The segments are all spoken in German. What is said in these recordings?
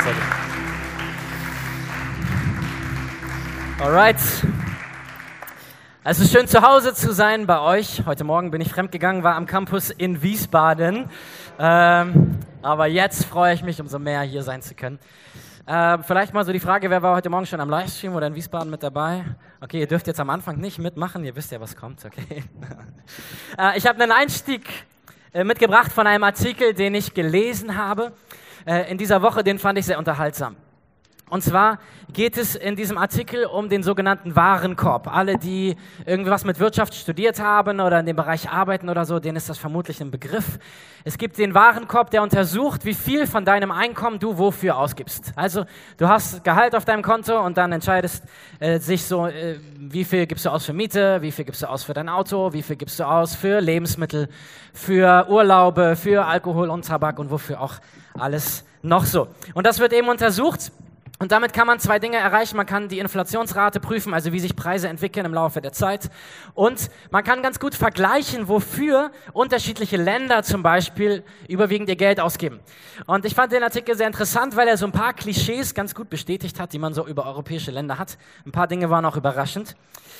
Sehr gut. Alright. Es ist schön, zu Hause zu sein bei euch. Heute Morgen bin ich fremdgegangen, war am Campus in Wiesbaden. Aber jetzt freue ich mich umso mehr, hier sein zu können. Vielleicht mal so die Frage, wer war heute Morgen schon am Livestream oder in Wiesbaden mit dabei? Okay, ihr dürft jetzt am Anfang nicht mitmachen, ihr wisst ja, was kommt, okay. Ich habe einen Einstieg mitgebracht von einem Artikel, den ich gelesen habe in dieser Woche, den fand ich sehr unterhaltsam. Und zwar geht es in diesem Artikel um den sogenannten Warenkorb. Alle, die irgendwas mit Wirtschaft studiert haben oder in dem Bereich arbeiten oder so, denen ist das vermutlich ein Begriff. Es gibt den Warenkorb, der untersucht, wie viel von deinem Einkommen du wofür ausgibst. Also du hast Gehalt auf deinem Konto und dann entscheidest wie viel gibst du aus für Miete, wie viel gibst du aus für dein Auto, wie viel gibst du aus für Lebensmittel, für Urlaube, für Alkohol und Tabak und wofür auch alles noch so. Und das wird eben untersucht. Und damit kann man zwei Dinge erreichen. Man kann die Inflationsrate prüfen, also wie sich Preise entwickeln im Laufe der Zeit. Und man kann ganz gut vergleichen, wofür unterschiedliche Länder zum Beispiel überwiegend ihr Geld ausgeben. Und ich fand den Artikel sehr interessant, weil er so ein paar Klischees ganz gut bestätigt hat, die man so über europäische Länder hat. Ein paar Dinge waren auch überraschend.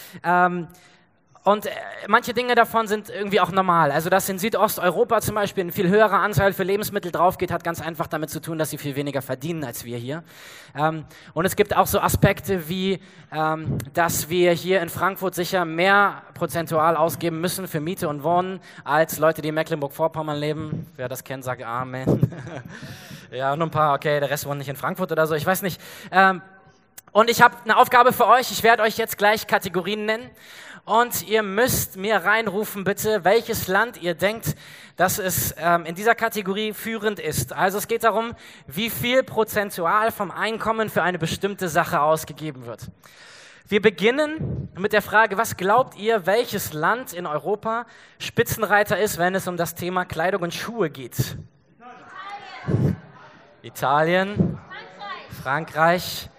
Und manche Dinge davon sind irgendwie auch normal. Also dass in Südosteuropa zum Beispiel ein viel höherer Anteil für Lebensmittel draufgeht, hat ganz einfach damit zu tun, dass sie viel weniger verdienen als wir hier. Und es gibt auch so Aspekte wie, dass wir hier in Frankfurt sicher mehr prozentual ausgeben müssen für Miete und Wohnen als Leute, die in Mecklenburg-Vorpommern leben. Wer das kennt, sagt Amen. Ja, nur ein paar, okay, der Rest wohnt nicht in Frankfurt oder so, ich weiß nicht. Und ich habe eine Aufgabe für euch. Ich werde euch jetzt gleich Kategorien nennen. Und ihr müsst mir reinrufen, bitte, welches Land ihr denkt, dass es in dieser Kategorie führend ist. Also es geht darum, wie viel prozentual vom Einkommen für eine bestimmte Sache ausgegeben wird. Wir beginnen mit der Frage, was glaubt ihr, welches Land in Europa Spitzenreiter ist, wenn es um das Thema Kleidung und Schuhe geht? Italien. Frankreich.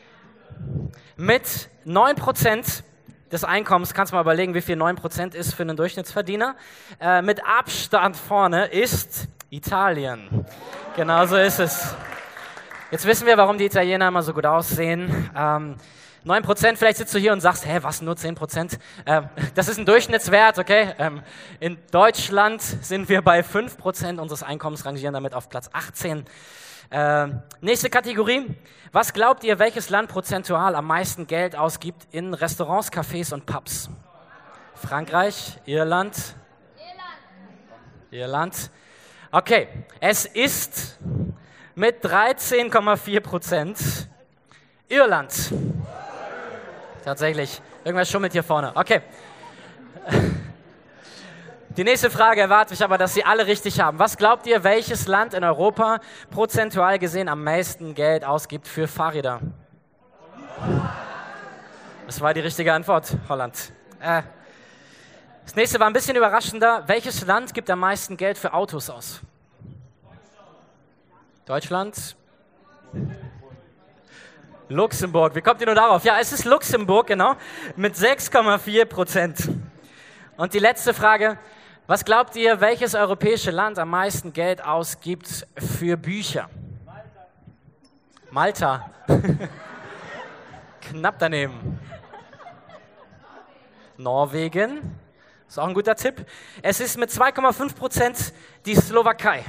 Mit 9% des Einkommens, kannst du mal überlegen, wie viel 9% ist für einen Durchschnittsverdiener. Mit Abstand vorne ist Italien. Genau so ist es. Jetzt wissen wir, warum die Italiener immer so gut aussehen. 9%, vielleicht sitzt du hier und sagst, hä, was, nur 10%? Das ist ein Durchschnittswert, okay? In Deutschland sind wir bei 5% unseres Einkommens, rangieren damit auf Platz 18. Nächste Kategorie. Was glaubt ihr, welches Land prozentual am meisten Geld ausgibt in Restaurants, Cafés und Pubs? Frankreich, Irland? Irland. Okay, es ist mit 13,4% Irland. Tatsächlich, irgendwas schummelt hier vorne. Okay. Die nächste Frage erwarte ich aber, dass Sie alle richtig haben. Was glaubt ihr, welches Land in Europa prozentual gesehen am meisten Geld ausgibt für Fahrräder? Das war die richtige Antwort, Holland. Das nächste war ein bisschen überraschender. Welches Land gibt am meisten Geld für Autos aus? Deutschland? Luxemburg. Wie kommt ihr nur darauf? Ja, es ist Luxemburg, genau, mit 6,4%. Und die letzte Frage. Was glaubt ihr, welches europäische Land am meisten Geld ausgibt für Bücher? Malta. Knapp daneben. Norwegen. Ist auch ein guter Tipp. Es ist mit 2,5% die Slowakei.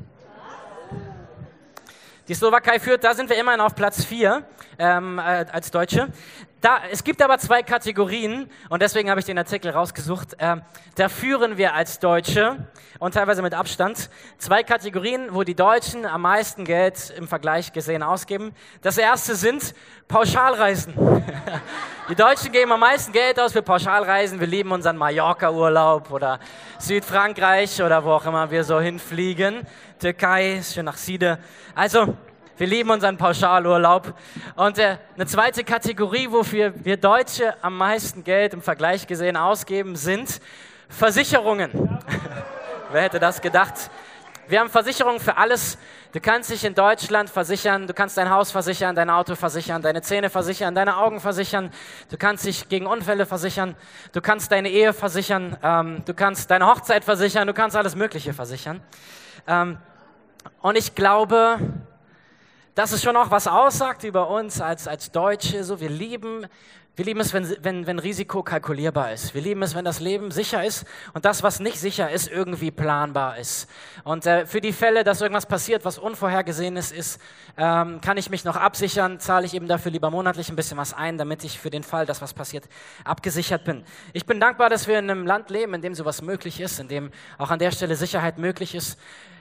Die Slowakei führt, da sind wir immerhin auf Platz 4 als Deutsche. Es gibt aber zwei Kategorien und deswegen habe ich den Artikel rausgesucht. Da führen wir als Deutsche und teilweise mit Abstand zwei Kategorien, wo die Deutschen am meisten Geld im Vergleich gesehen ausgeben. Das erste sind Pauschalreisen. Die Deutschen geben am meisten Geld aus für Pauschalreisen. Wir lieben unseren Mallorca-Urlaub oder Südfrankreich oder wo auch immer wir so hinfliegen. Türkei, schön nach Side. Also, wir lieben unseren Pauschalurlaub. Und eine zweite Kategorie, wofür wir Deutsche am meisten Geld im Vergleich gesehen ausgeben, sind Versicherungen. Wer hätte das gedacht? Wir haben Versicherungen für alles. Du kannst dich in Deutschland versichern, du kannst dein Haus versichern, dein Auto versichern, deine Zähne versichern, deine Augen versichern, du kannst dich gegen Unfälle versichern, du kannst deine Ehe versichern, du kannst deine Hochzeit versichern, du kannst alles Mögliche versichern. Und ich glaube, dass es schon auch was aussagt über uns als Deutsche. So, wir lieben es, wenn Risiko kalkulierbar ist. Wir lieben es, wenn das Leben sicher ist und das, was nicht sicher ist, irgendwie planbar ist. Und für die Fälle, dass irgendwas passiert, was Unvorhergesehenes ist, kann ich mich noch absichern, zahle ich eben dafür lieber monatlich ein bisschen was ein, damit ich für den Fall, dass was passiert, abgesichert bin. Ich bin dankbar, dass wir in einem Land leben, in dem sowas möglich ist, in dem auch an der Stelle Sicherheit möglich ist.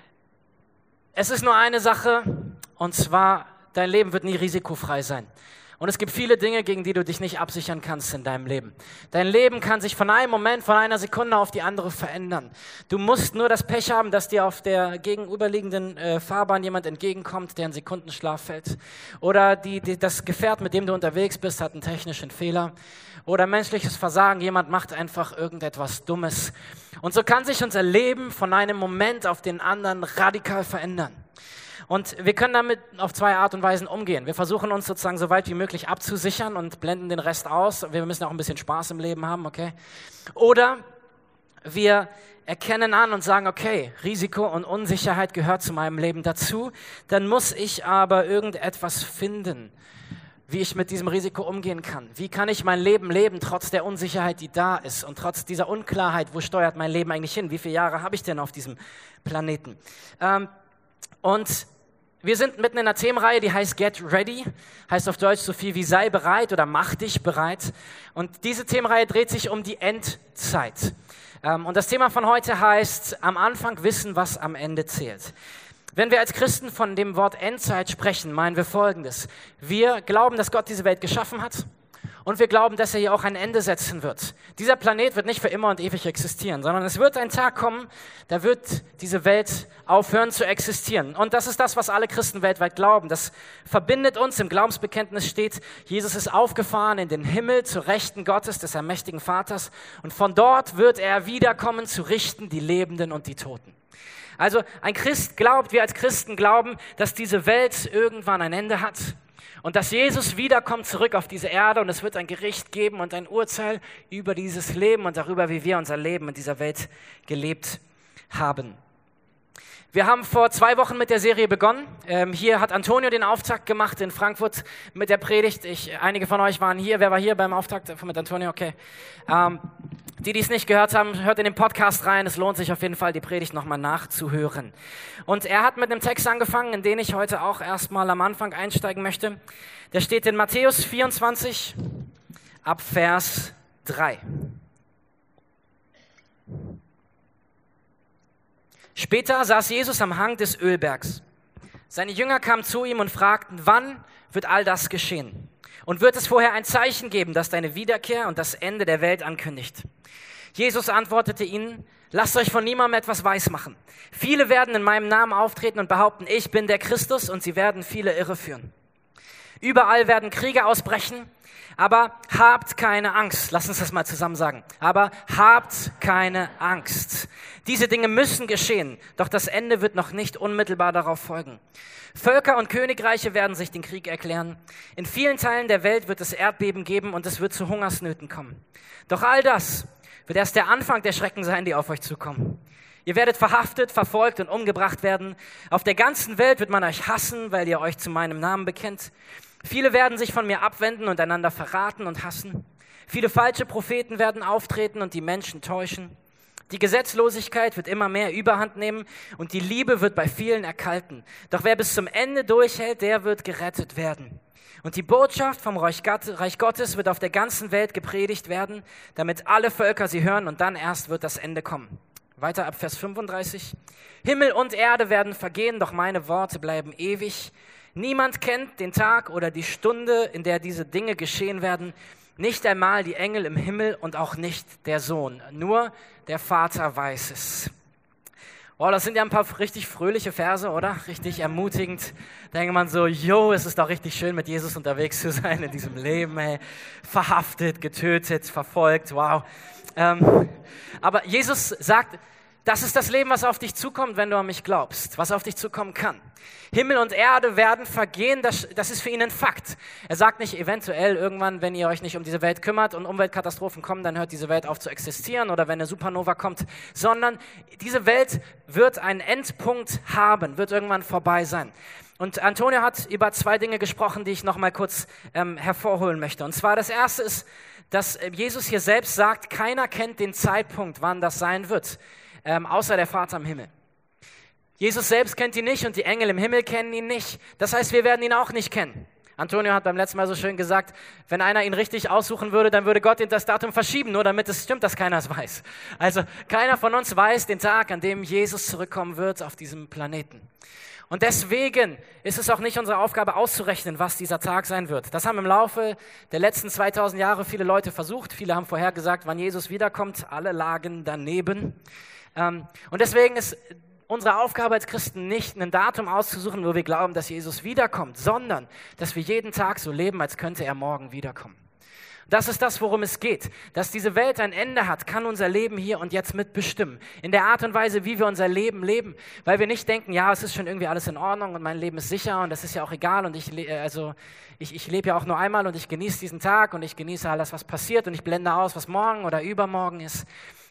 Es ist nur eine Sache, und zwar, dein Leben wird nie risikofrei sein. Und es gibt viele Dinge, gegen die du dich nicht absichern kannst in deinem Leben. Dein Leben kann sich von einem Moment, von einer Sekunde auf die andere verändern. Du musst nur das Pech haben, dass dir auf der gegenüberliegenden Fahrbahn jemand entgegenkommt, der in Sekundenschlaf fällt. Oder das Gefährt, mit dem du unterwegs bist, hat einen technischen Fehler. Oder menschliches Versagen, jemand macht einfach irgendetwas Dummes. Und so kann sich unser Leben von einem Moment auf den anderen radikal verändern. Und wir können damit auf zwei Art und Weisen umgehen. Wir versuchen uns sozusagen so weit wie möglich abzusichern und blenden den Rest aus. Wir müssen auch ein bisschen Spaß im Leben haben, okay? Oder wir erkennen an und sagen, okay, Risiko und Unsicherheit gehört zu meinem Leben dazu. Dann muss ich aber irgendetwas finden, wie ich mit diesem Risiko umgehen kann. Wie kann ich mein Leben leben, trotz der Unsicherheit, die da ist und trotz dieser Unklarheit, wo steuert mein Leben eigentlich hin? Wie viele Jahre habe ich denn auf diesem Planeten? Und wir sind mitten in einer Themenreihe, die heißt Get Ready, heißt auf Deutsch so viel wie sei bereit oder mach dich bereit. Und diese Themenreihe dreht sich um die Endzeit. Und das Thema von heute heißt, am Anfang wissen, was am Ende zählt. Wenn wir als Christen von dem Wort Endzeit sprechen, meinen wir Folgendes. Wir glauben, dass Gott diese Welt geschaffen hat. Und wir glauben, dass er hier auch ein Ende setzen wird. Dieser Planet wird nicht für immer und ewig existieren, sondern es wird ein Tag kommen, da wird diese Welt aufhören zu existieren. Und das ist das, was alle Christen weltweit glauben. Das verbindet uns. Im Glaubensbekenntnis steht, Jesus ist aufgefahren in den Himmel zur Rechten Gottes, des allmächtigen Vaters. Und von dort wird er wiederkommen, zu richten die Lebenden und die Toten. Also ein Christ glaubt, wir als Christen glauben, dass diese Welt irgendwann ein Ende hat. Und dass Jesus wiederkommt zurück auf diese Erde und es wird ein Gericht geben und ein Urteil über dieses Leben und darüber, wie wir unser Leben in dieser Welt gelebt haben. Wir haben vor 2 Wochen mit der Serie begonnen. Hier hat Antonio den Auftakt gemacht in Frankfurt mit der Predigt. Einige von euch waren hier. Wer war hier beim Auftakt mit Antonio? Okay. Die es nicht gehört haben, hört in den Podcast rein. Es lohnt sich auf jeden Fall, die Predigt nochmal nachzuhören. Und er hat mit einem Text angefangen, in den ich heute auch erstmal am Anfang einsteigen möchte. Der steht in Matthäus 24 ab Vers 3. Später saß Jesus am Hang des Ölbergs. Seine Jünger kamen zu ihm und fragten, wann wird all das geschehen? Und wird es vorher ein Zeichen geben, das deine Wiederkehr und das Ende der Welt ankündigt? Jesus antwortete ihnen, lasst euch von niemandem etwas weismachen. Viele werden in meinem Namen auftreten und behaupten, ich bin der Christus, und sie werden viele irreführen. Überall werden Kriege ausbrechen, aber habt keine Angst. Lass uns das mal zusammen sagen. Aber habt keine Angst. Diese Dinge müssen geschehen, doch das Ende wird noch nicht unmittelbar darauf folgen. Völker und Königreiche werden sich den Krieg erklären. In vielen Teilen der Welt wird es Erdbeben geben und es wird zu Hungersnöten kommen. Doch all das wird erst der Anfang der Schrecken sein, die auf euch zukommen. Ihr werdet verhaftet, verfolgt und umgebracht werden. Auf der ganzen Welt wird man euch hassen, weil ihr euch zu meinem Namen bekennt. Viele werden sich von mir abwenden und einander verraten und hassen. Viele falsche Propheten werden auftreten und die Menschen täuschen. Die Gesetzlosigkeit wird immer mehr Überhand nehmen und die Liebe wird bei vielen erkalten. Doch wer bis zum Ende durchhält, der wird gerettet werden. Und die Botschaft vom Reich Gottes wird auf der ganzen Welt gepredigt werden, damit alle Völker sie hören und dann erst wird das Ende kommen. Weiter ab Vers 35. Himmel und Erde werden vergehen, doch meine Worte bleiben ewig. Niemand kennt den Tag oder die Stunde, in der diese Dinge geschehen werden. Nicht einmal die Engel im Himmel und auch nicht der Sohn. Nur der Vater weiß es. Wow, das sind ja ein paar richtig fröhliche Verse, oder? Richtig ermutigend. Da denkt man so, es ist doch richtig schön, mit Jesus unterwegs zu sein in diesem Leben. Ey. Verhaftet, getötet, verfolgt, wow. Aber Jesus sagt, Das ist das Leben, was auf dich zukommt, wenn du an mich glaubst, was auf dich zukommen kann. Himmel und Erde werden vergehen, das ist für ihn ein Fakt. Er sagt nicht eventuell irgendwann, wenn ihr euch nicht um diese Welt kümmert und Umweltkatastrophen kommen, dann hört diese Welt auf zu existieren oder wenn eine Supernova kommt, sondern diese Welt wird einen Endpunkt haben, wird irgendwann vorbei sein. Und Antonio hat über 2 Dinge gesprochen, die ich noch mal kurz hervorholen möchte. Und zwar das erste ist, dass Jesus hier selbst sagt, keiner kennt den Zeitpunkt, wann das sein wird. Außer der Vater im Himmel. Jesus selbst kennt ihn nicht und die Engel im Himmel kennen ihn nicht. Das heißt, wir werden ihn auch nicht kennen. Antonio hat beim letzten Mal so schön gesagt, wenn einer ihn richtig aussuchen würde, dann würde Gott das Datum verschieben, nur damit es stimmt, dass keiner es weiß. Also keiner von uns weiß den Tag, an dem Jesus zurückkommen wird auf diesem Planeten. Und deswegen ist es auch nicht unsere Aufgabe auszurechnen, was dieser Tag sein wird. Das haben im Laufe der letzten 2000 Jahre viele Leute versucht. Viele haben vorhergesagt, wann Jesus wiederkommt. Alle lagen daneben. Und deswegen ist unsere Aufgabe als Christen nicht, ein Datum auszusuchen, wo wir glauben, dass Jesus wiederkommt, sondern dass wir jeden Tag so leben, als könnte er morgen wiederkommen. Das ist das, worum es geht. Dass diese Welt ein Ende hat, kann unser Leben hier und jetzt mitbestimmen. In der Art und Weise, wie wir unser Leben leben. Weil wir nicht denken, ja, es ist schon irgendwie alles in Ordnung und mein Leben ist sicher und das ist ja auch egal und ich lebe ja auch nur einmal und ich genieße diesen Tag und ich genieße alles, was passiert und ich blende aus, was morgen oder übermorgen ist.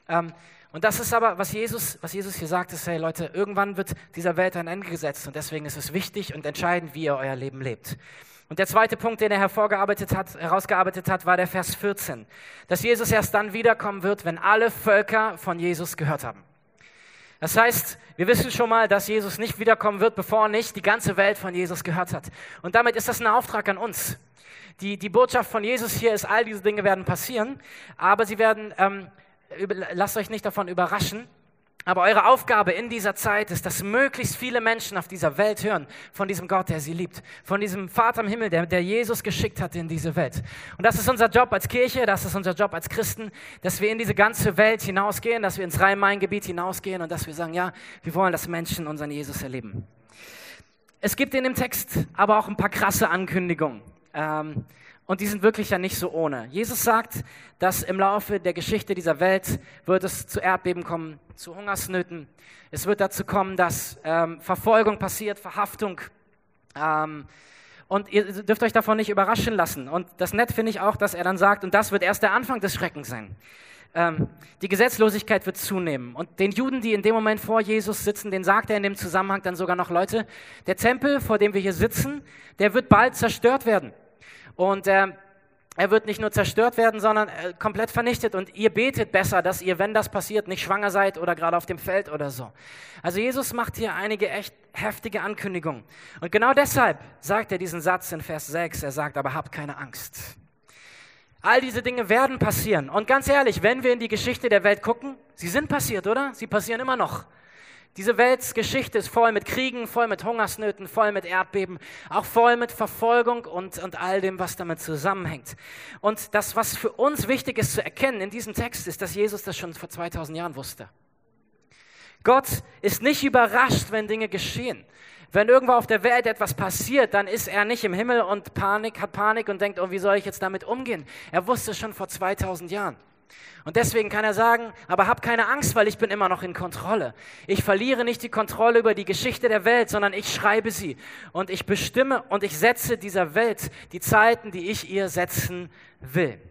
Und das ist aber, was Jesus hier sagt, ist, hey Leute, irgendwann wird dieser Welt ein Ende gesetzt und deswegen ist es wichtig und entscheidend, wie ihr euer Leben lebt. Und der zweite Punkt, den er herausgearbeitet hat, war der Vers 14. Dass Jesus erst dann wiederkommen wird, wenn alle Völker von Jesus gehört haben. Das heißt, wir wissen schon mal, dass Jesus nicht wiederkommen wird, bevor nicht die ganze Welt von Jesus gehört hat. Und damit ist das ein Auftrag an uns. Die Botschaft von Jesus hier ist, all diese Dinge werden passieren, aber sie werden, lasst euch nicht davon überraschen, aber eure Aufgabe in dieser Zeit ist, dass möglichst viele Menschen auf dieser Welt hören von diesem Gott, der sie liebt, von diesem Vater im Himmel, der Jesus geschickt hat in diese Welt. Und das ist unser Job als Kirche, das ist unser Job als Christen, dass wir in diese ganze Welt hinausgehen, dass wir ins Rhein-Main-Gebiet hinausgehen und dass wir sagen, ja, wir wollen, dass Menschen unseren Jesus erleben. Es gibt in dem Text aber auch ein paar krasse Ankündigungen. Und die sind wirklich ja nicht so ohne. Jesus sagt, dass im Laufe der Geschichte dieser Welt wird es zu Erdbeben kommen, zu Hungersnöten. Es wird dazu kommen, dass Verfolgung passiert, Verhaftung. Und ihr dürft euch davon nicht überraschen lassen. Und das nett finde ich auch, dass er dann sagt, und das wird erst der Anfang des Schreckens sein. Die Gesetzlosigkeit wird zunehmen. Und den Juden, die in dem Moment vor Jesus sitzen, denen sagt er in dem Zusammenhang dann sogar noch, Leute, der Tempel, vor dem wir hier sitzen, der wird bald zerstört werden. Und er wird nicht nur zerstört werden, sondern komplett vernichtet. Und ihr betet besser, dass ihr, wenn das passiert, nicht schwanger seid oder gerade auf dem Feld oder so. Also Jesus macht hier einige echt heftige Ankündigungen. Und genau deshalb sagt er diesen Satz in Vers 6. Er sagt, aber habt keine Angst. All diese Dinge werden passieren. Und ganz ehrlich, wenn wir in die Geschichte der Welt gucken, sie sind passiert, oder? Sie passieren immer noch. Diese Weltgeschichte ist voll mit Kriegen, voll mit Hungersnöten, voll mit Erdbeben, auch voll mit Verfolgung und all dem, was damit zusammenhängt. Und das, was für uns wichtig ist zu erkennen in diesem Text, ist, dass Jesus das schon vor 2000 Jahren wusste. Gott ist nicht überrascht, wenn Dinge geschehen. Wenn irgendwo auf der Welt etwas passiert, dann ist er nicht im Himmel und hat Panik und denkt, oh, wie soll ich jetzt damit umgehen? Er wusste schon vor 2000 Jahren. Und deswegen kann er sagen, aber hab keine Angst, weil ich bin immer noch in Kontrolle. Ich verliere nicht die Kontrolle über die Geschichte der Welt, sondern ich schreibe sie. Und ich bestimme und ich setze dieser Welt die Zeiten, die ich ihr setzen will.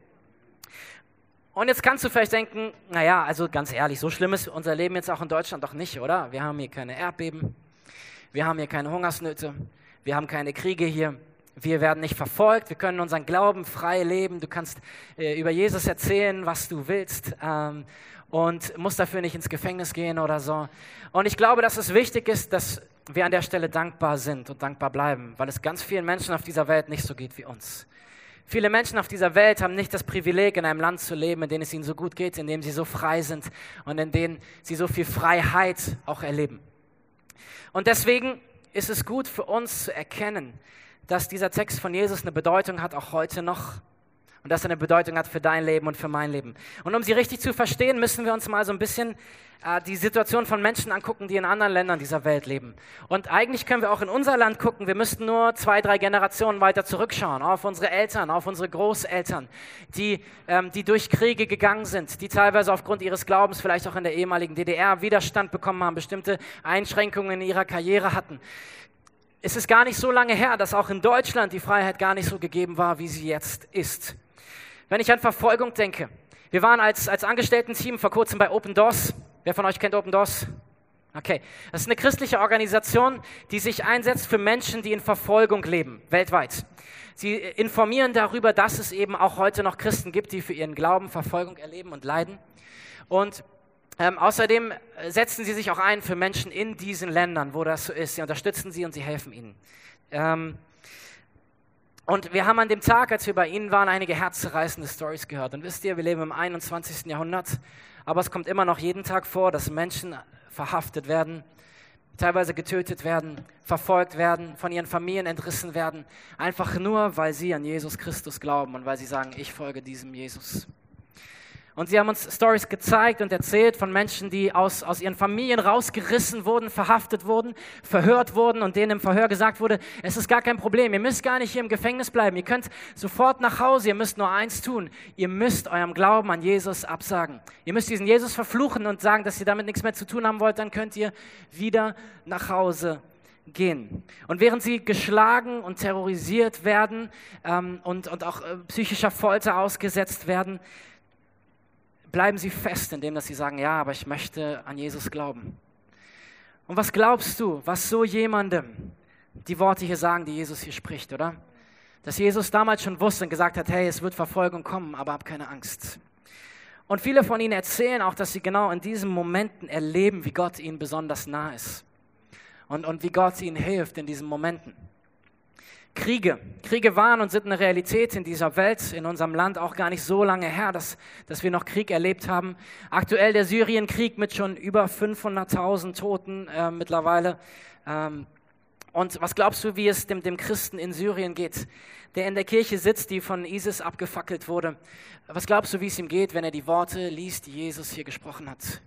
Und jetzt kannst du vielleicht denken, naja, also ganz ehrlich, so schlimm ist unser Leben jetzt auch in Deutschland doch nicht, oder? Wir haben hier keine Erdbeben, wir haben hier keine Hungersnöte, wir haben keine Kriege hier. Wir werden nicht verfolgt, wir können unseren Glauben frei leben. Du kannst über Jesus erzählen, was du willst und musst dafür nicht ins Gefängnis gehen oder so. Und ich glaube, dass es wichtig ist, dass wir an der Stelle dankbar sind und dankbar bleiben, weil es ganz vielen Menschen auf dieser Welt nicht so geht wie uns. Viele Menschen auf dieser Welt haben nicht das Privileg, in einem Land zu leben, in dem es ihnen so gut geht, in dem sie so frei sind und in dem sie so viel Freiheit auch erleben. Und deswegen ist es gut für uns zu erkennen, dass dieser Text von Jesus eine Bedeutung hat, auch heute noch. Und das eine Bedeutung hat für dein Leben und für mein Leben. Und um sie richtig zu verstehen, müssen wir uns mal so ein bisschen die Situation von Menschen angucken, die in anderen Ländern dieser Welt leben. Und eigentlich können wir auch in unser Land gucken. Wir müssten nur 2, 3 Generationen weiter zurückschauen, auf unsere Eltern, auf unsere Großeltern, die durch Kriege gegangen sind, die teilweise aufgrund ihres Glaubens vielleicht auch in der ehemaligen DDR Widerstand bekommen haben, bestimmte Einschränkungen in ihrer Karriere hatten. Es ist gar nicht so lange her, dass auch in Deutschland die Freiheit gar nicht so gegeben war, wie sie jetzt ist. Wenn ich an Verfolgung denke, wir waren als Angestellten-Team vor kurzem bei Open Doors. Wer von euch kennt Open Doors? Okay, das ist eine christliche Organisation, die sich einsetzt für Menschen, die in Verfolgung leben, weltweit. Sie informieren darüber, dass es eben auch heute noch Christen gibt, die für ihren Glauben Verfolgung erleben und leiden. Und außerdem setzen sie sich auch ein für Menschen in diesen Ländern, wo das so ist. Sie unterstützen sie und sie helfen ihnen. Und wir haben an dem Tag, als wir bei ihnen waren, einige herzzerreißende Storys gehört. Und wisst ihr, wir leben im 21. Jahrhundert, aber es kommt immer noch jeden Tag vor, dass Menschen verhaftet werden, teilweise getötet werden, verfolgt werden, von ihren Familien entrissen werden, einfach nur, weil sie an Jesus Christus glauben und weil sie sagen, ich folge diesem Jesus. Und sie haben uns Storys gezeigt und erzählt von Menschen, die aus ihren Familien rausgerissen wurden, verhaftet wurden, verhört wurden und denen im Verhör gesagt wurde, es ist gar kein Problem, ihr müsst gar nicht hier im Gefängnis bleiben, ihr könnt sofort nach Hause, ihr müsst nur eins tun, ihr müsst eurem Glauben an Jesus absagen. Ihr müsst diesen Jesus verfluchen und sagen, dass ihr damit nichts mehr zu tun haben wollt, dann könnt ihr wieder nach Hause gehen. Und während sie geschlagen und terrorisiert werden und auch psychischer Folter ausgesetzt werden, bleiben sie fest, indem dass sie sagen, ja, aber ich möchte an Jesus glauben. Und was glaubst du, was so jemandem die Worte hier sagen, die Jesus hier spricht, oder? Dass Jesus damals schon wusste und gesagt hat, hey, es wird Verfolgung kommen, aber hab keine Angst. Und viele von ihnen erzählen auch, dass sie genau in diesen Momenten erleben, wie Gott ihnen besonders nah ist. Und wie Gott ihnen hilft in diesen Momenten. Kriege waren und sind eine Realität in dieser Welt, in unserem Land auch gar nicht so lange her, dass wir noch Krieg erlebt haben. Aktuell der Syrienkrieg mit schon über 500.000 Toten mittlerweile. Und was glaubst du, wie es dem Christen in Syrien geht, der in der Kirche sitzt, die von ISIS abgefackelt wurde? Was glaubst du, wie es ihm geht, wenn er die Worte liest, die Jesus hier gesprochen hat?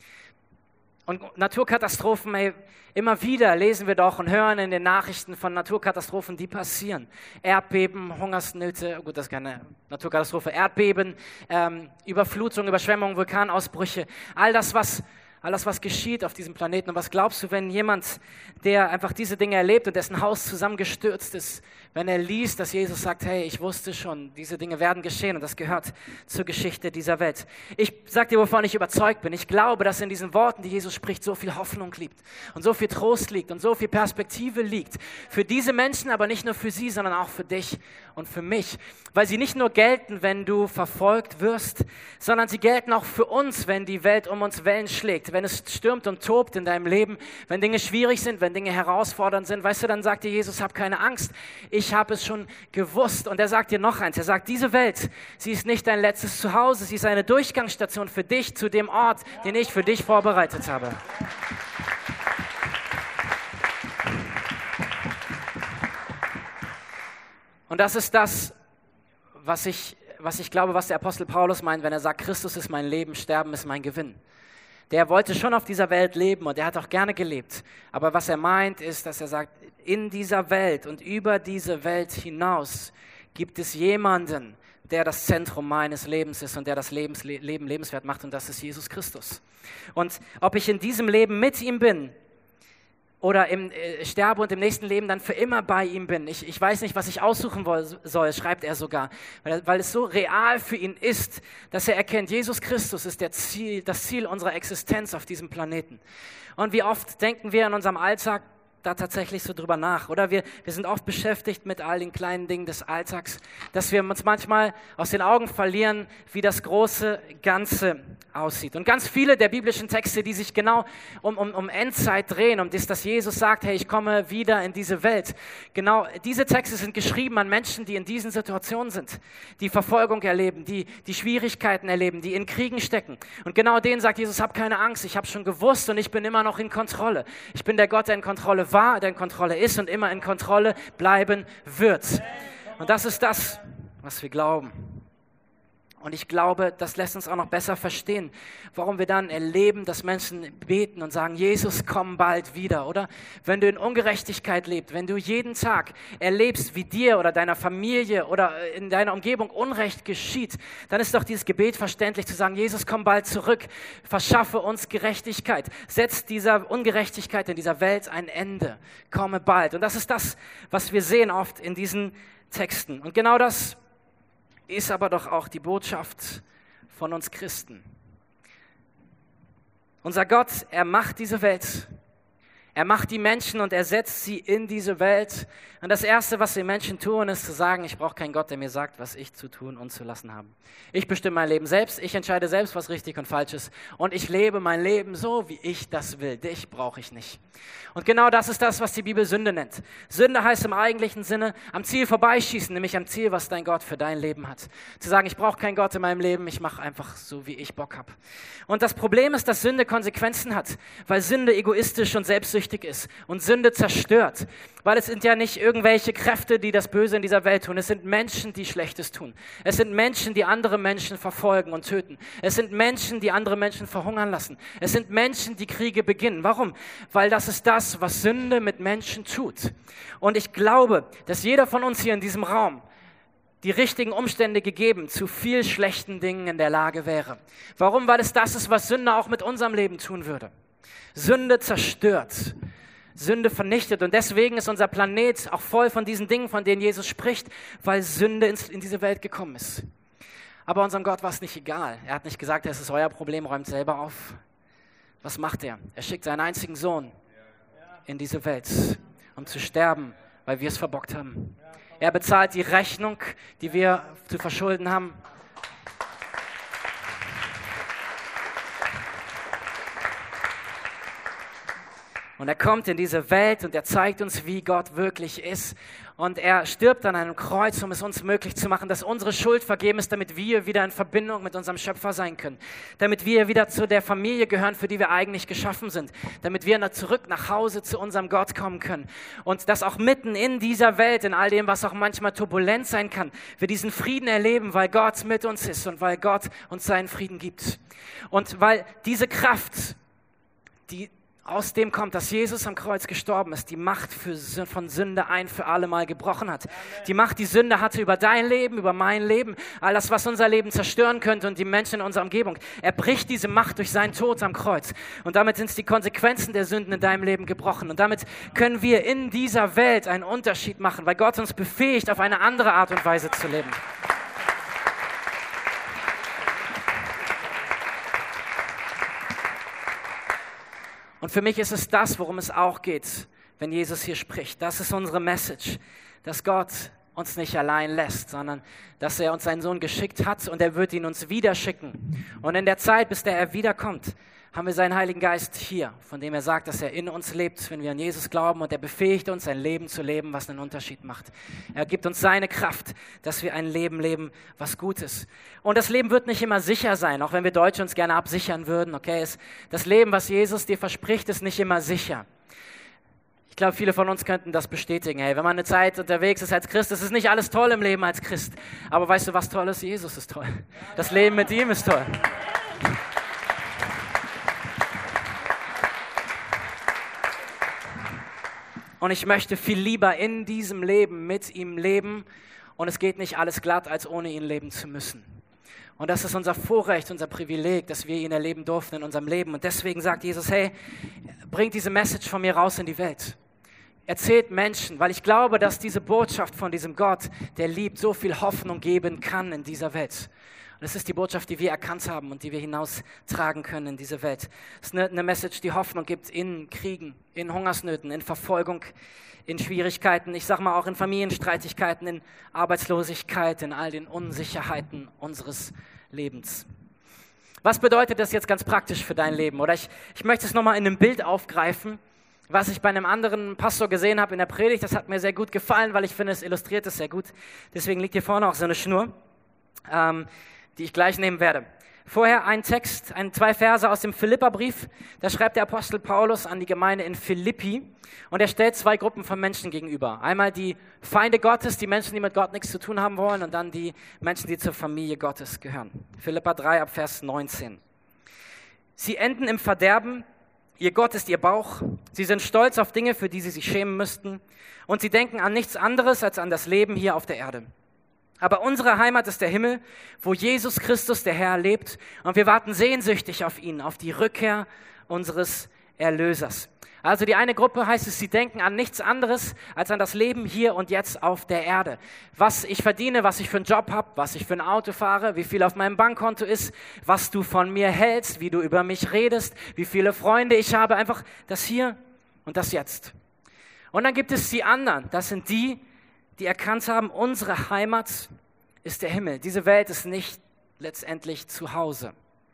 Und Naturkatastrophen, hey, immer wieder lesen wir doch und hören in den Nachrichten von Naturkatastrophen, die passieren. Erdbeben, Hungersnöte, gut, das ist keine Naturkatastrophe, Erdbeben, Überflutung, Überschwemmungen, Vulkanausbrüche, all das, was geschieht auf diesem Planeten. Und was glaubst du, wenn jemand, der einfach diese Dinge erlebt und dessen Haus zusammengestürzt ist, wenn er liest, dass Jesus sagt, hey, ich wusste schon, diese Dinge werden geschehen und das gehört zur Geschichte dieser Welt. Ich sage dir, wovon ich überzeugt bin. Ich glaube, dass in diesen Worten, die Jesus spricht, so viel Hoffnung liegt und so viel Trost liegt und so viel Perspektive liegt. Für diese Menschen, aber nicht nur für sie, sondern auch für dich und für mich. Weil sie nicht nur gelten, wenn du verfolgt wirst, sondern sie gelten auch für uns, wenn die Welt um uns Wellen schlägt, wenn es stürmt und tobt in deinem Leben, wenn Dinge schwierig sind, wenn Dinge herausfordernd sind. Weißt du, dann sagt dir Jesus, hab keine Angst. Ich habe es schon gewusst. Und er sagt dir noch eins. Er sagt, diese Welt, sie ist nicht dein letztes Zuhause. Sie ist eine Durchgangsstation für dich zu dem Ort, den ich für dich vorbereitet habe. Und das ist das, was ich glaube, was der Apostel Paulus meint, wenn er sagt, Christus ist mein Leben, Sterben ist mein Gewinn. Der wollte schon auf dieser Welt leben und er hat auch gerne gelebt. Aber was er meint, ist, dass er sagt, in dieser Welt und über diese Welt hinaus gibt es jemanden, der das Zentrum meines Lebens ist und der das Leben lebenswert macht, und das ist Jesus Christus. Und ob ich in diesem Leben mit ihm bin oder sterbe und im nächsten Leben dann für immer bei ihm bin. Ich weiß nicht, was ich aussuchen soll, schreibt er sogar, weil es so real für ihn ist, dass er erkennt, Jesus Christus ist das Ziel unserer Existenz auf diesem Planeten. Und wie oft denken wir in unserem Alltag da tatsächlich so drüber nach, oder? Wir sind oft beschäftigt mit all den kleinen Dingen des Alltags, dass wir uns manchmal aus den Augen verlieren, wie das große Ganze aussieht. Und ganz viele der biblischen Texte, die sich genau um Endzeit drehen, um das, dass Jesus sagt, hey, ich komme wieder in diese Welt. Genau diese Texte sind geschrieben an Menschen, die in diesen Situationen sind, die Verfolgung erleben, die Schwierigkeiten erleben, die in Kriegen stecken. Und genau denen sagt Jesus, hab keine Angst, ich habe schon gewusst und ich bin immer noch in Kontrolle. Ich bin der Gott, der in Kontrolle war, der in Kontrolle ist und immer in Kontrolle bleiben wird. Und das ist das, was wir glauben. Und ich glaube, das lässt uns auch noch besser verstehen, warum wir dann erleben, dass Menschen beten und sagen, Jesus, komm bald wieder, oder? Wenn du in Ungerechtigkeit lebst, wenn du jeden Tag erlebst, wie dir oder deiner Familie oder in deiner Umgebung Unrecht geschieht, dann ist doch dieses Gebet verständlich zu sagen, Jesus, komm bald zurück, verschaffe uns Gerechtigkeit, setz dieser Ungerechtigkeit in dieser Welt ein Ende, komme bald. Und das ist das, was wir sehen oft in diesen Texten. Und genau das ist aber doch auch die Botschaft von uns Christen. Unser Gott, er macht diese Welt. Er macht die Menschen und er setzt sie in diese Welt. Und das Erste, was wir Menschen tun, ist zu sagen, ich brauche keinen Gott, der mir sagt, was ich zu tun und zu lassen habe. Ich bestimme mein Leben selbst, ich entscheide selbst, was richtig und falsch ist. Und ich lebe mein Leben so, wie ich das will. Dich brauche ich nicht. Und genau das ist das, was die Bibel Sünde nennt. Sünde heißt im eigentlichen Sinne am Ziel vorbeischießen, nämlich am Ziel, was dein Gott für dein Leben hat. Zu sagen, ich brauche keinen Gott in meinem Leben, ich mache einfach so, wie ich Bock habe. Und das Problem ist, dass Sünde Konsequenzen hat, weil Sünde egoistisch und selbstsüchtig ist und Sünde zerstört, weil es sind ja nicht irgendwelche Kräfte, die das Böse in dieser Welt tun. Es sind Menschen, die Schlechtes tun. Es sind Menschen, die andere Menschen verfolgen und töten. Es sind Menschen, die andere Menschen verhungern lassen. Es sind Menschen, die Kriege beginnen. Warum? Weil das ist das, was Sünde mit Menschen tut. Und ich glaube, dass jeder von uns hier in diesem Raum die richtigen Umstände gegeben, zu viel schlechten Dingen in der Lage wäre. Warum? Weil es das ist, was Sünde auch mit unserem Leben tun würde. Sünde zerstört. Sünde vernichtet und deswegen ist unser Planet auch voll von diesen Dingen, von denen Jesus spricht, weil Sünde in diese Welt gekommen ist. Aber unserem Gott war es nicht egal. Er hat nicht gesagt, es ist euer Problem, räumt selber auf. Was macht er? Er schickt seinen einzigen Sohn in diese Welt, um zu sterben, weil wir es verbockt haben. Er bezahlt die Rechnung, die wir zu verschulden haben. Und er kommt in diese Welt und er zeigt uns, wie Gott wirklich ist. Und er stirbt an einem Kreuz, um es uns möglich zu machen, dass unsere Schuld vergeben ist, damit wir wieder in Verbindung mit unserem Schöpfer sein können. Damit wir wieder zu der Familie gehören, für die wir eigentlich geschaffen sind. Damit wir zurück nach Hause zu unserem Gott kommen können. Und dass auch mitten in dieser Welt, in all dem, was auch manchmal turbulent sein kann, wir diesen Frieden erleben, weil Gott mit uns ist und weil Gott uns seinen Frieden gibt. Und weil diese Kraft, die aus dem kommt, dass Jesus am Kreuz gestorben ist, die Macht von Sünde ein für alle Mal gebrochen hat. Die Macht, die Sünde hatte über dein Leben, über mein Leben, all das, was unser Leben zerstören könnte und die Menschen in unserer Umgebung. Er bricht diese Macht durch seinen Tod am Kreuz. Und damit sind die Konsequenzen der Sünden in deinem Leben gebrochen. Und damit können wir in dieser Welt einen Unterschied machen, weil Gott uns befähigt, auf eine andere Art und Weise zu leben. Und für mich ist es das, worum es auch geht, wenn Jesus hier spricht. Das ist unsere Message, dass Gott uns nicht allein lässt, sondern dass er uns seinen Sohn geschickt hat und er wird ihn uns wieder schicken. Und in der Zeit, bis er wiederkommt, haben wir seinen Heiligen Geist hier, von dem er sagt, dass er in uns lebt, wenn wir an Jesus glauben und er befähigt uns, ein Leben zu leben, was einen Unterschied macht. Er gibt uns seine Kraft, dass wir ein Leben leben, was gut ist. Und das Leben wird nicht immer sicher sein, auch wenn wir Deutsche uns gerne absichern würden. Okay, das Leben, was Jesus dir verspricht, ist nicht immer sicher. Ich glaube, viele von uns könnten das bestätigen. Hey, wenn man eine Zeit unterwegs ist als Christ, ist es nicht alles toll im Leben als Christ. Aber weißt du, was toll ist? Jesus ist toll. Das Leben mit ihm ist toll. Und ich möchte viel lieber in diesem Leben mit ihm leben. Und es geht nicht alles glatt, als ohne ihn leben zu müssen. Und das ist unser Vorrecht, unser Privileg, dass wir ihn erleben durften in unserem Leben. Und deswegen sagt Jesus, hey, bringt diese Message von mir raus in die Welt. Erzählt Menschen, weil ich glaube, dass diese Botschaft von diesem Gott, der liebt, so viel Hoffnung geben kann in dieser Welt. Und das ist die Botschaft, die wir erkannt haben und die wir hinaustragen können in diese Welt. Es ist eine Message, die Hoffnung gibt in Kriegen, in Hungersnöten, in Verfolgung, in Schwierigkeiten, ich sag mal auch in Familienstreitigkeiten, in Arbeitslosigkeit, in all den Unsicherheiten unseres Lebens. Was bedeutet das jetzt ganz praktisch für dein Leben? Oder ich möchte es nochmal in einem Bild aufgreifen, was ich bei einem anderen Pastor gesehen habe in der Predigt. Das hat mir sehr gut gefallen, weil ich finde, es illustriert es sehr gut. Deswegen liegt hier vorne auch so eine Schnur, die ich gleich nehmen werde. Vorher ein Text, zwei Verse aus dem Philipperbrief. Da schreibt der Apostel Paulus an die Gemeinde in Philippi und er stellt zwei Gruppen von Menschen gegenüber. Einmal die Feinde Gottes, die Menschen, die mit Gott nichts zu tun haben wollen, und dann die Menschen, die zur Familie Gottes gehören. Philipper 3 ab Vers 19. Sie enden im Verderben, ihr Gott ist ihr Bauch, sie sind stolz auf Dinge, für die sie sich schämen müssten, und sie denken an nichts anderes als an das Leben hier auf der Erde. Aber unsere Heimat ist der Himmel, wo Jesus Christus, der Herr, lebt, und wir warten sehnsüchtig auf ihn, auf die Rückkehr unseres Erlösers. Also die eine Gruppe heißt es, sie denken an nichts anderes als an das Leben hier und jetzt auf der Erde. Was ich verdiene, was ich für einen Job habe, was ich für ein Auto fahre, wie viel auf meinem Bankkonto ist, was du von mir hältst, wie du über mich redest, wie viele Freunde ich habe, einfach das Hier und das Jetzt. Und dann gibt es die anderen, das sind die erkannt haben, unsere Heimat ist der Himmel. Diese Welt ist nicht letztendlich zu Hause.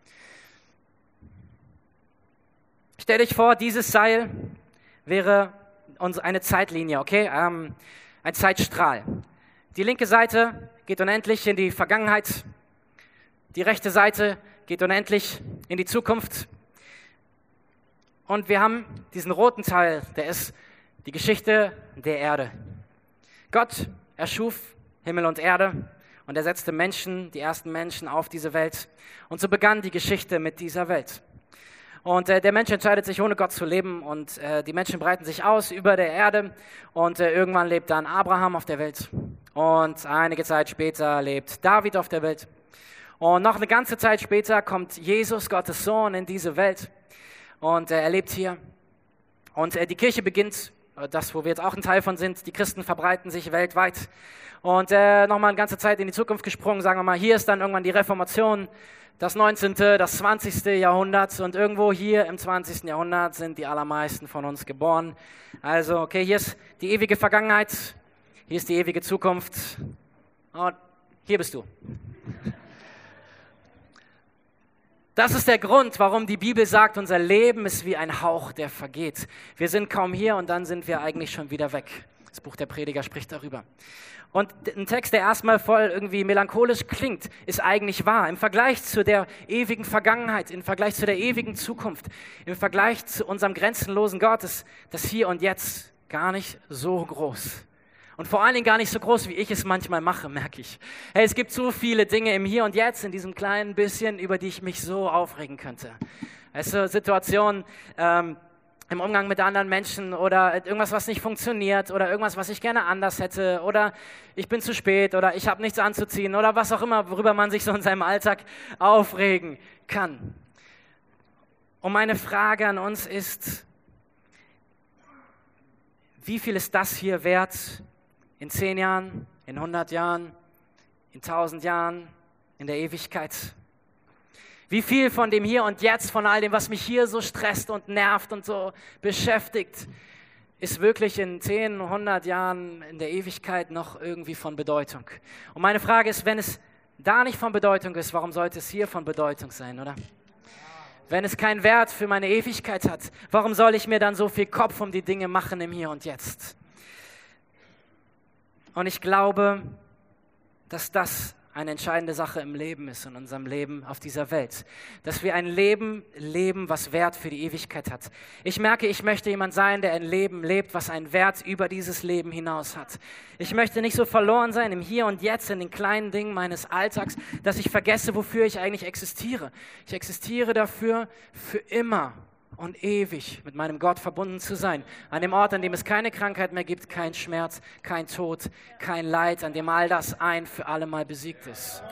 Stell dich vor, dieses Seil wäre eine Zeitlinie, okay? Ein Zeitstrahl. Die linke Seite geht unendlich in die Vergangenheit. Die rechte Seite geht unendlich in die Zukunft. Und wir haben diesen roten Teil, der ist die Geschichte der Erde. Gott erschuf Himmel und Erde und er setzte Menschen, die ersten Menschen auf diese Welt. Und so begann die Geschichte mit dieser Welt. Und der Mensch entscheidet sich, ohne Gott zu leben, und die Menschen breiten sich aus über der Erde, und irgendwann lebt dann Abraham auf der Welt. Und einige Zeit später lebt David auf der Welt. Und noch eine ganze Zeit später kommt Jesus, Gottes Sohn, in diese Welt. Und er lebt hier. Und die Kirche beginnt, das, wo wir jetzt auch ein Teil von sind, die Christen verbreiten sich weltweit. Und nochmal eine ganze Zeit in die Zukunft gesprungen, sagen wir mal, hier ist dann irgendwann die Reformation, das 19., das 20. Jahrhundert, und irgendwo hier im 20. Jahrhundert sind die allermeisten von uns geboren. Also, okay, hier ist die ewige Vergangenheit, hier ist die ewige Zukunft, und hier bist du. Das ist der Grund, warum die Bibel sagt, unser Leben ist wie ein Hauch, der vergeht. Wir sind kaum hier und dann sind wir eigentlich schon wieder weg. Das Buch der Prediger spricht darüber. Und ein Text, der erstmal voll irgendwie melancholisch klingt, ist eigentlich wahr. Im Vergleich zu der ewigen Vergangenheit, im Vergleich zu der ewigen Zukunft, im Vergleich zu unserem grenzenlosen Gott ist das Hier und Jetzt gar nicht so groß. Und vor allen Dingen gar nicht so groß, wie ich es manchmal mache, merke ich. Hey, es gibt so viele Dinge im Hier und Jetzt, in diesem kleinen bisschen, über die ich mich so aufregen könnte. Weißt du, Situationen im Umgang mit anderen Menschen oder irgendwas, was nicht funktioniert oder irgendwas, was ich gerne anders hätte oder ich bin zu spät oder ich habe nichts anzuziehen oder was auch immer, worüber man sich so in seinem Alltag aufregen kann. Und meine Frage an uns ist, wie viel ist das hier wert in 10 Jahren, in 100 Jahren, in 1000 Jahren, in der Ewigkeit? Wie viel von dem Hier und Jetzt, von all dem, was mich hier so stresst und nervt und so beschäftigt, ist wirklich in 10, 100 Jahren in der Ewigkeit noch irgendwie von Bedeutung? Und meine Frage ist, wenn es da nicht von Bedeutung ist, warum sollte es hier von Bedeutung sein, oder? Wenn es keinen Wert für meine Ewigkeit hat, warum soll ich mir dann so viel Kopf um die Dinge machen im Hier und Jetzt? Und ich glaube, dass das eine entscheidende Sache im Leben ist, in unserem Leben auf dieser Welt. Dass wir ein Leben leben, was Wert für die Ewigkeit hat. Ich merke, ich möchte jemand sein, der ein Leben lebt, was einen Wert über dieses Leben hinaus hat. Ich möchte nicht so verloren sein im Hier und Jetzt, in den kleinen Dingen meines Alltags, dass ich vergesse, wofür ich eigentlich existiere. Ich existiere dafür, für immer und ewig mit meinem Gott verbunden zu sein. An dem Ort, an dem es keine Krankheit mehr gibt, kein Schmerz, kein Tod, kein Leid, an dem all das ein für alle Mal besiegt ist.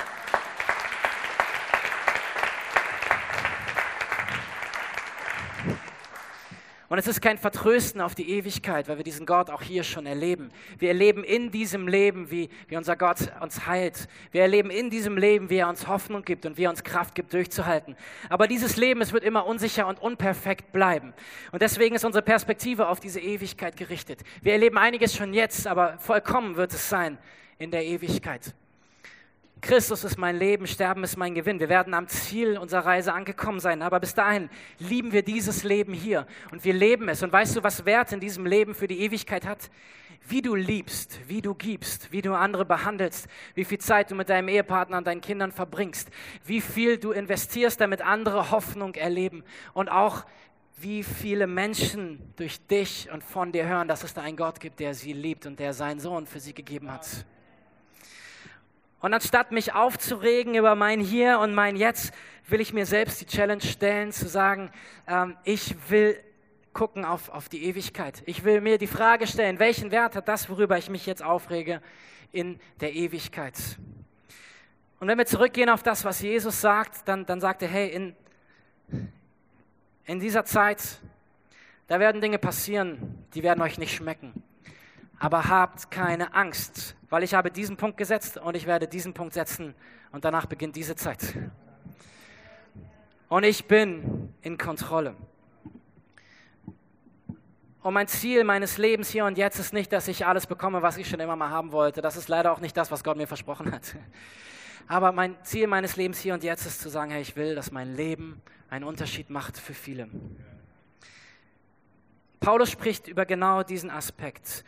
Und es ist kein Vertrösten auf die Ewigkeit, weil wir diesen Gott auch hier schon erleben. Wir erleben in diesem Leben, wie unser Gott uns heilt. Wir erleben in diesem Leben, wie er uns Hoffnung gibt und wie er uns Kraft gibt, durchzuhalten. Aber dieses Leben, es wird immer unsicher und unperfekt bleiben. Und deswegen ist unsere Perspektive auf diese Ewigkeit gerichtet. Wir erleben einiges schon jetzt, aber vollkommen wird es sein in der Ewigkeit. Christus ist mein Leben, Sterben ist mein Gewinn. Wir werden am Ziel unserer Reise angekommen sein, aber bis dahin lieben wir dieses Leben hier und wir leben es. Und weißt du, was Wert in diesem Leben für die Ewigkeit hat? Wie du liebst, wie du gibst, wie du andere behandelst, wie viel Zeit du mit deinem Ehepartner und deinen Kindern verbringst, wie viel du investierst, damit andere Hoffnung erleben und auch wie viele Menschen durch dich und von dir hören, dass es da einen Gott gibt, der sie liebt und der seinen Sohn für sie gegeben hat. Und anstatt mich aufzuregen über mein Hier und mein Jetzt, will ich mir selbst die Challenge stellen, zu sagen, ich will gucken auf die Ewigkeit. Ich will mir die Frage stellen, welchen Wert hat das, worüber ich mich jetzt aufrege, in der Ewigkeit? Und wenn wir zurückgehen auf das, was Jesus sagt, dann sagt er, hey, in dieser Zeit, da werden Dinge passieren, die werden euch nicht schmecken. Aber habt keine Angst, weil ich habe diesen Punkt gesetzt und ich werde diesen Punkt setzen und danach beginnt diese Zeit. Und ich bin in Kontrolle. Und mein Ziel meines Lebens hier und jetzt ist nicht, dass ich alles bekomme, was ich schon immer mal haben wollte. Das ist leider auch nicht das, was Gott mir versprochen hat. Aber mein Ziel meines Lebens hier und jetzt ist zu sagen, hey, ich will, dass mein Leben einen Unterschied macht für viele. Paulus spricht über genau diesen Aspekt.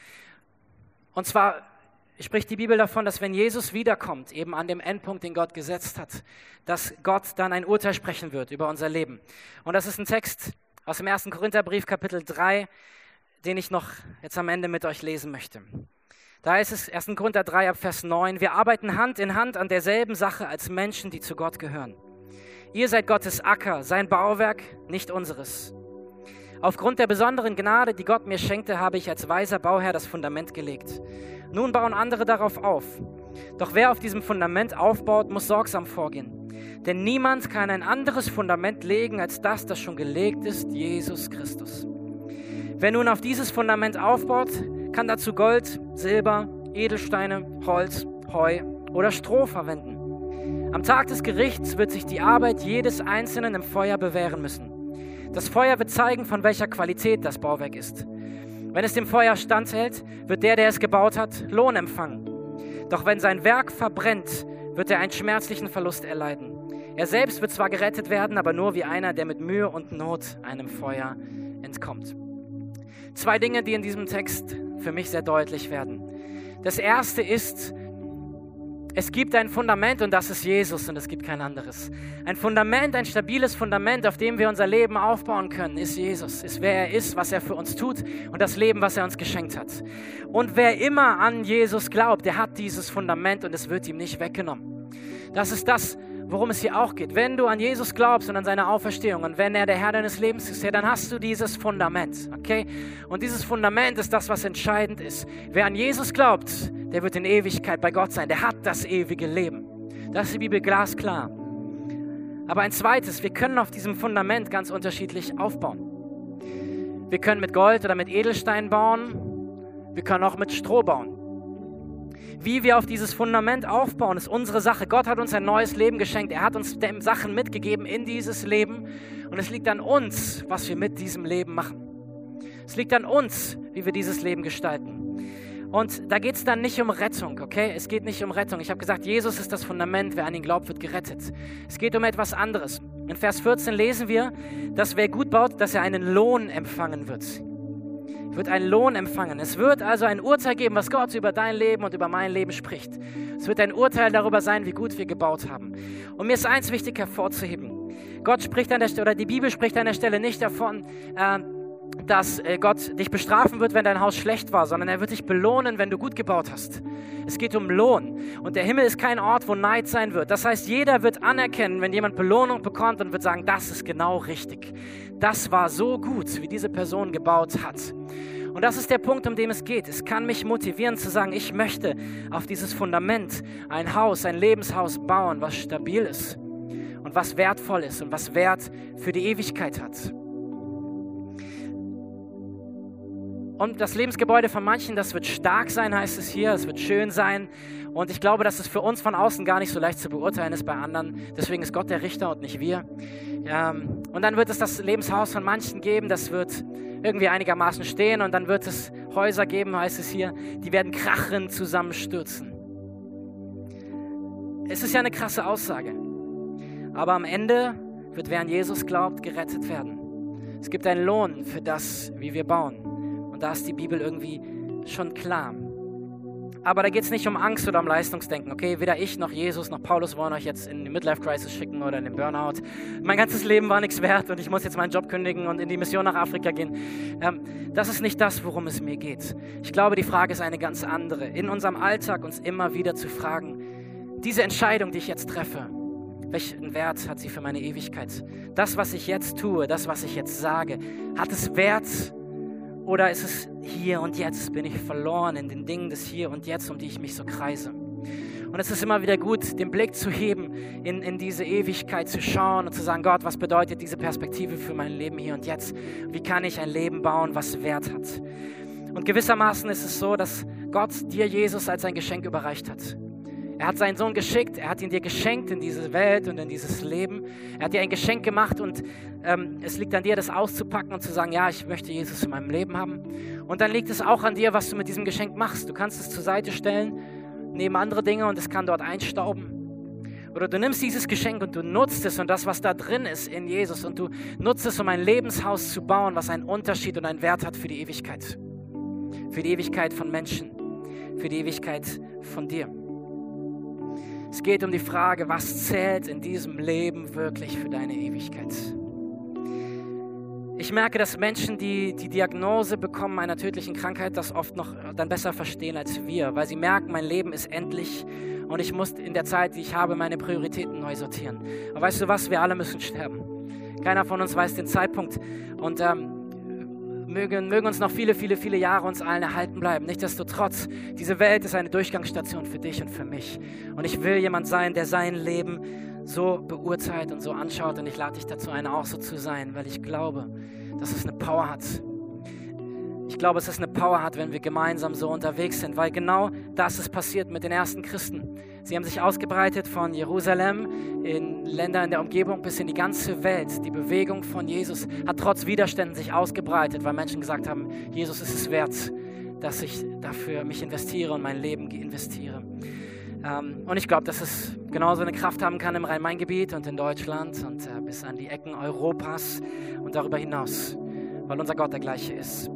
Und zwar spricht die Bibel davon, dass wenn Jesus wiederkommt, eben an dem Endpunkt, den Gott gesetzt hat, dass Gott dann ein Urteil sprechen wird über unser Leben. Und das ist ein Text aus dem 1. Korintherbrief, Kapitel 3, den ich noch jetzt am Ende mit euch lesen möchte. Da ist es 1. Korinther 3 ab Vers 9, wir arbeiten Hand in Hand an derselben Sache als Menschen, die zu Gott gehören. Ihr seid Gottes Acker, sein Bauwerk, nicht unseres. Aufgrund der besonderen Gnade, die Gott mir schenkte, habe ich als weiser Bauherr das Fundament gelegt. Nun bauen andere darauf auf. Doch wer auf diesem Fundament aufbaut, muss sorgsam vorgehen. Denn niemand kann ein anderes Fundament legen als das, das schon gelegt ist, Jesus Christus. Wer nun auf dieses Fundament aufbaut, kann dazu Gold, Silber, Edelsteine, Holz, Heu oder Stroh verwenden. Am Tag des Gerichts wird sich die Arbeit jedes Einzelnen im Feuer bewähren müssen. Das Feuer wird zeigen, von welcher Qualität das Bauwerk ist. Wenn es dem Feuer standhält, wird der es gebaut hat, Lohn empfangen. Doch wenn sein Werk verbrennt, wird er einen schmerzlichen Verlust erleiden. Er selbst wird zwar gerettet werden, aber nur wie einer, der mit Mühe und Not einem Feuer entkommt. 2 Dinge, die in diesem Text für mich sehr deutlich werden. Das erste ist, es gibt ein Fundament und das ist Jesus und es gibt kein anderes. Ein Fundament, ein stabiles Fundament, auf dem wir unser Leben aufbauen können, ist Jesus. Ist wer er ist, was er für uns tut und das Leben, was er uns geschenkt hat. Und wer immer an Jesus glaubt, der hat dieses Fundament und es wird ihm nicht weggenommen. Das ist das, worum es hier auch geht. Wenn du an Jesus glaubst und an seine Auferstehung und wenn er der Herr deines Lebens ist, ja, dann hast du dieses Fundament, okay? Und dieses Fundament ist das, was entscheidend ist. Wer an Jesus glaubt, der wird in Ewigkeit bei Gott sein. Der hat das ewige Leben. Das ist die Bibel glasklar. Aber ein zweites, wir können auf diesem Fundament ganz unterschiedlich aufbauen. Wir können mit Gold oder mit Edelstein bauen. Wir können auch mit Stroh bauen. Wie wir auf dieses Fundament aufbauen, ist unsere Sache. Gott hat uns ein neues Leben geschenkt. Er hat uns Sachen mitgegeben in dieses Leben. Und es liegt an uns, was wir mit diesem Leben machen. Es liegt an uns, wie wir dieses Leben gestalten. Und da geht es dann nicht um Rettung, okay? Es geht nicht um Rettung. Ich habe gesagt, Jesus ist das Fundament. Wer an ihn glaubt, wird gerettet. Es geht um etwas anderes. In Vers 14 lesen wir, dass wer gut baut, dass er einen Lohn empfangen wird. Wird einen Lohn empfangen. Es wird also ein Urteil geben, was Gott über dein Leben und über mein Leben spricht. Es wird ein Urteil darüber sein, wie gut wir gebaut haben. Und mir ist eins wichtig hervorzuheben. Gott spricht an der Stelle, oder die Bibel spricht an der Stelle nicht davon, dass Gott dich bestrafen wird, wenn dein Haus schlecht war, sondern er wird dich belohnen, wenn du gut gebaut hast. Es geht um Lohn. Und der Himmel ist kein Ort, wo Neid sein wird. Das heißt, jeder wird anerkennen, wenn jemand Belohnung bekommt und wird sagen, das ist genau richtig. Das war so gut, wie diese Person gebaut hat. Und das ist der Punkt, um den es geht. Es kann mich motivieren zu sagen, ich möchte auf dieses Fundament ein Haus, ein Lebenshaus bauen, was stabil ist und was wertvoll ist und was Wert für die Ewigkeit hat. Und das Lebensgebäude von manchen, das wird stark sein, heißt es hier, es wird schön sein. Und ich glaube, dass es für uns von außen gar nicht so leicht zu beurteilen ist bei anderen. Deswegen ist Gott der Richter und nicht wir. Und dann wird es das Lebenshaus von manchen geben, das wird irgendwie einigermaßen stehen. Und dann wird es Häuser geben, heißt es hier, die werden krachen, zusammenstürzen. es ist ja eine krasse Aussage. Aber am Ende wird, wer an Jesus glaubt, gerettet werden. Es gibt einen Lohn für das, wie wir bauen. Und da ist die Bibel irgendwie schon klar. Aber da geht es nicht um Angst oder um Leistungsdenken, okay? Weder ich noch Jesus noch Paulus wollen euch jetzt in die Midlife-Crisis schicken oder in den Burnout. Mein ganzes Leben war nichts wert und ich muss jetzt meinen Job kündigen und in die Mission nach Afrika gehen. Das ist nicht das, worum es mir geht. Ich glaube, die Frage ist eine ganz andere. In unserem Alltag uns immer wieder zu fragen, diese Entscheidung, die ich jetzt treffe, welchen Wert hat sie für meine Ewigkeit? Das, was ich jetzt tue, das, was ich jetzt sage, hat es Wert? Oder ist es hier und jetzt? Bin ich verloren in den Dingen des Hier und Jetzt, um die ich mich so kreise? Und es ist immer wieder gut, den Blick zu heben, in diese Ewigkeit zu schauen und zu sagen, Gott, was bedeutet diese Perspektive für mein Leben hier und jetzt? Wie kann ich ein Leben bauen, was Wert hat? Und gewissermaßen ist es so, dass Gott dir Jesus als ein Geschenk überreicht hat. Er hat seinen Sohn geschickt, er hat ihn dir geschenkt in diese Welt und in dieses Leben. Er hat dir ein Geschenk gemacht und es liegt an dir, das auszupacken und zu sagen, ja, ich möchte Jesus in meinem Leben haben. Und dann liegt es auch an dir, was du mit diesem Geschenk machst. Du kannst es zur Seite stellen, neben andere Dinge und es kann dort einstauben. Oder du nimmst dieses Geschenk und du nutzt es und das, was da drin ist in Jesus und du nutzt es, um ein Lebenshaus zu bauen, was einen Unterschied und einen Wert hat für die Ewigkeit. Für die Ewigkeit von Menschen, für die Ewigkeit von dir. Es geht um die Frage, was zählt in diesem Leben wirklich für deine Ewigkeit? Ich merke, dass Menschen, die die Diagnose bekommen einer tödlichen Krankheit, das oft noch dann besser verstehen als wir, weil sie merken, mein Leben ist endlich und ich muss in der Zeit, die ich habe, meine Prioritäten neu sortieren. Aber weißt du was? Wir alle müssen sterben. Keiner von uns weiß den Zeitpunkt und mögen uns noch viele, viele, viele Jahre uns allen erhalten bleiben. Nichtsdestotrotz, diese Welt ist eine Durchgangsstation für dich und für mich. Und ich will jemand sein, der sein Leben so beurteilt und so anschaut. Und ich lade dich dazu ein, auch so zu sein, weil ich glaube, dass es eine Power hat. Ich glaube, dass es eine Power hat, wenn wir gemeinsam so unterwegs sind, weil genau das ist passiert mit den ersten Christen. Sie haben sich ausgebreitet von Jerusalem in Länder in der Umgebung bis in die ganze Welt. Die Bewegung von Jesus hat trotz Widerständen sich ausgebreitet, weil Menschen gesagt haben, Jesus ist es wert, dass ich dafür mich investiere und mein Leben investiere. Und ich glaube, dass es genauso eine Kraft haben kann im Rhein-Main-Gebiet und in Deutschland und bis an die Ecken Europas und darüber hinaus, weil unser Gott der gleiche ist.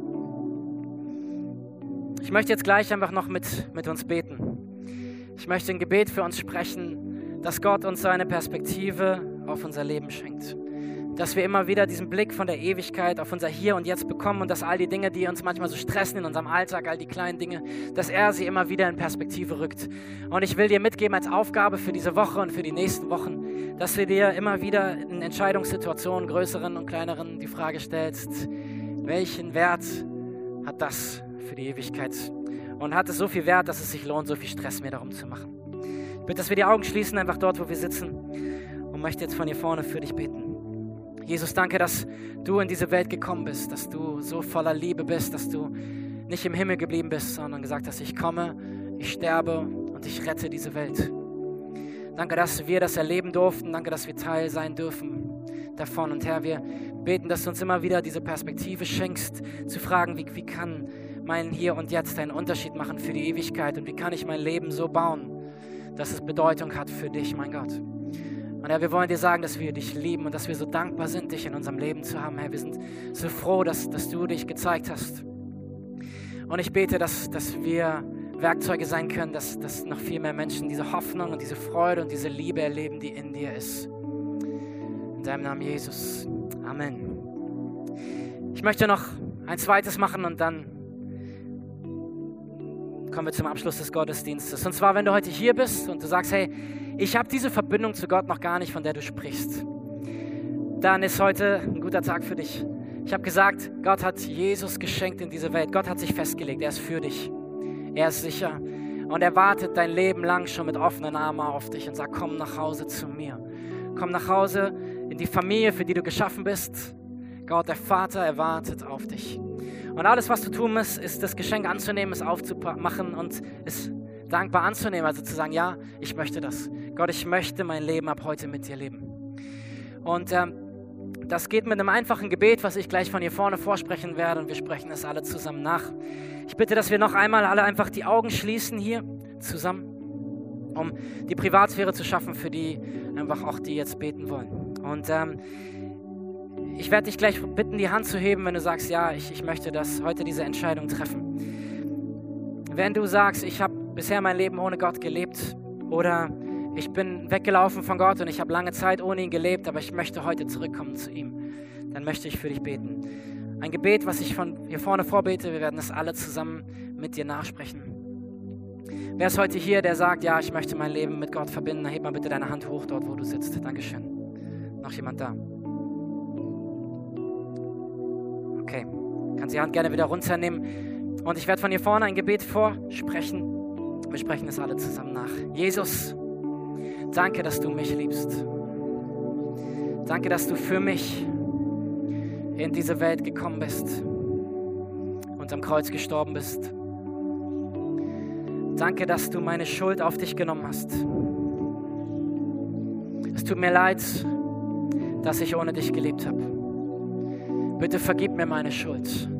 Ich möchte jetzt gleich einfach noch mit uns beten. Ich möchte ein Gebet für uns sprechen, dass Gott uns so eine Perspektive auf unser Leben schenkt. Dass wir immer wieder diesen Blick von der Ewigkeit auf unser Hier und Jetzt bekommen und dass all die Dinge, die uns manchmal so stressen in unserem Alltag, all die kleinen Dinge, dass er sie immer wieder in Perspektive rückt. Und ich will dir mitgeben als Aufgabe für diese Woche und für die nächsten Wochen, dass du dir immer wieder in Entscheidungssituationen, größeren und kleineren, die Frage stellst, welchen Wert hat das für die Ewigkeit? Und hat es so viel Wert, dass es sich lohnt, so viel Stress mir darum zu machen. Ich bitte, dass wir die Augen schließen, einfach dort, wo wir sitzen und möchte jetzt von hier vorne für dich beten. Jesus, danke, dass du in diese Welt gekommen bist, dass du so voller Liebe bist, dass du nicht im Himmel geblieben bist, sondern gesagt hast, ich komme, ich sterbe und ich rette diese Welt. Danke, dass wir das erleben durften, danke, dass wir Teil sein dürfen davon. Und Herr, wir beten, dass du uns immer wieder diese Perspektive schenkst, zu fragen, wie kann mein Hier und Jetzt einen Unterschied machen für die Ewigkeit und wie kann ich mein Leben so bauen, dass es Bedeutung hat für dich, mein Gott. Und Herr, wir wollen dir sagen, dass wir dich lieben und dass wir so dankbar sind, dich in unserem Leben zu haben. Herr, wir sind so froh, dass du dich gezeigt hast. Und ich bete, dass wir Werkzeuge sein können, dass noch viel mehr Menschen diese Hoffnung und diese Freude und diese Liebe erleben, die in dir ist. In deinem Namen Jesus. Amen. Ich möchte noch ein zweites machen und dann kommen wir zum Abschluss des Gottesdienstes. Und zwar, wenn du heute hier bist und du sagst, hey, ich habe diese Verbindung zu Gott noch gar nicht, von der du sprichst, dann ist heute ein guter Tag für dich. Ich habe gesagt, Gott hat Jesus geschenkt in diese Welt. Gott hat sich festgelegt, er ist für dich. Er ist sicher und er wartet dein Leben lang schon mit offenen Armen auf dich und sagt, komm nach Hause zu mir. Komm nach Hause in die Familie, für die du geschaffen bist. Gott, der Vater, er wartet auf dich. Und alles, was du tun musst, ist das Geschenk anzunehmen, es aufzumachen und es dankbar anzunehmen. Also zu sagen, ja, ich möchte das. Gott, ich möchte mein Leben ab heute mit dir leben. Und das geht mit einem einfachen Gebet, was ich gleich von hier vorne vorsprechen werde. Und wir sprechen es alle zusammen nach. Ich bitte, dass wir noch einmal alle einfach die Augen schließen hier zusammen. um die Privatsphäre zu schaffen für die einfach auch, die jetzt beten wollen. Und ich werde dich gleich bitten, die Hand zu heben, wenn du sagst, ja, ich möchte heute diese Entscheidung treffen. Wenn du sagst, ich habe bisher mein Leben ohne Gott gelebt oder ich bin weggelaufen von Gott und ich habe lange Zeit ohne ihn gelebt, aber ich möchte heute zurückkommen zu ihm, dann möchte ich für dich beten. Ein Gebet, was ich von hier vorne vorbete, wir werden es alle zusammen mit dir nachsprechen. Wer ist heute hier, der sagt, ja, ich möchte mein Leben mit Gott verbinden, dann heb mal bitte deine Hand hoch dort, wo du sitzt. Dankeschön. Noch jemand da? Okay, kannst die Hand gerne wieder runternehmen. Und ich werde von hier vorne ein Gebet vorsprechen. Wir sprechen es alle zusammen nach. Jesus, danke, dass du mich liebst. Danke, dass du für mich in diese Welt gekommen bist und am Kreuz gestorben bist. Danke, dass du meine Schuld auf dich genommen hast. Es tut mir leid, dass ich ohne dich gelebt habe. Bitte vergib mir meine Schuld.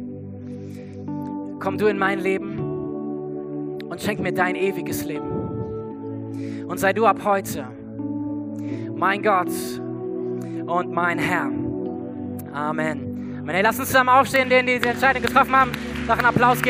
Komm du in mein Leben und schenk mir dein ewiges Leben. Und sei du ab heute mein Gott und mein Herr. Amen. Hey, lass uns zusammen aufstehen, denen die diese Entscheidung getroffen haben. Noch einen Applaus geben.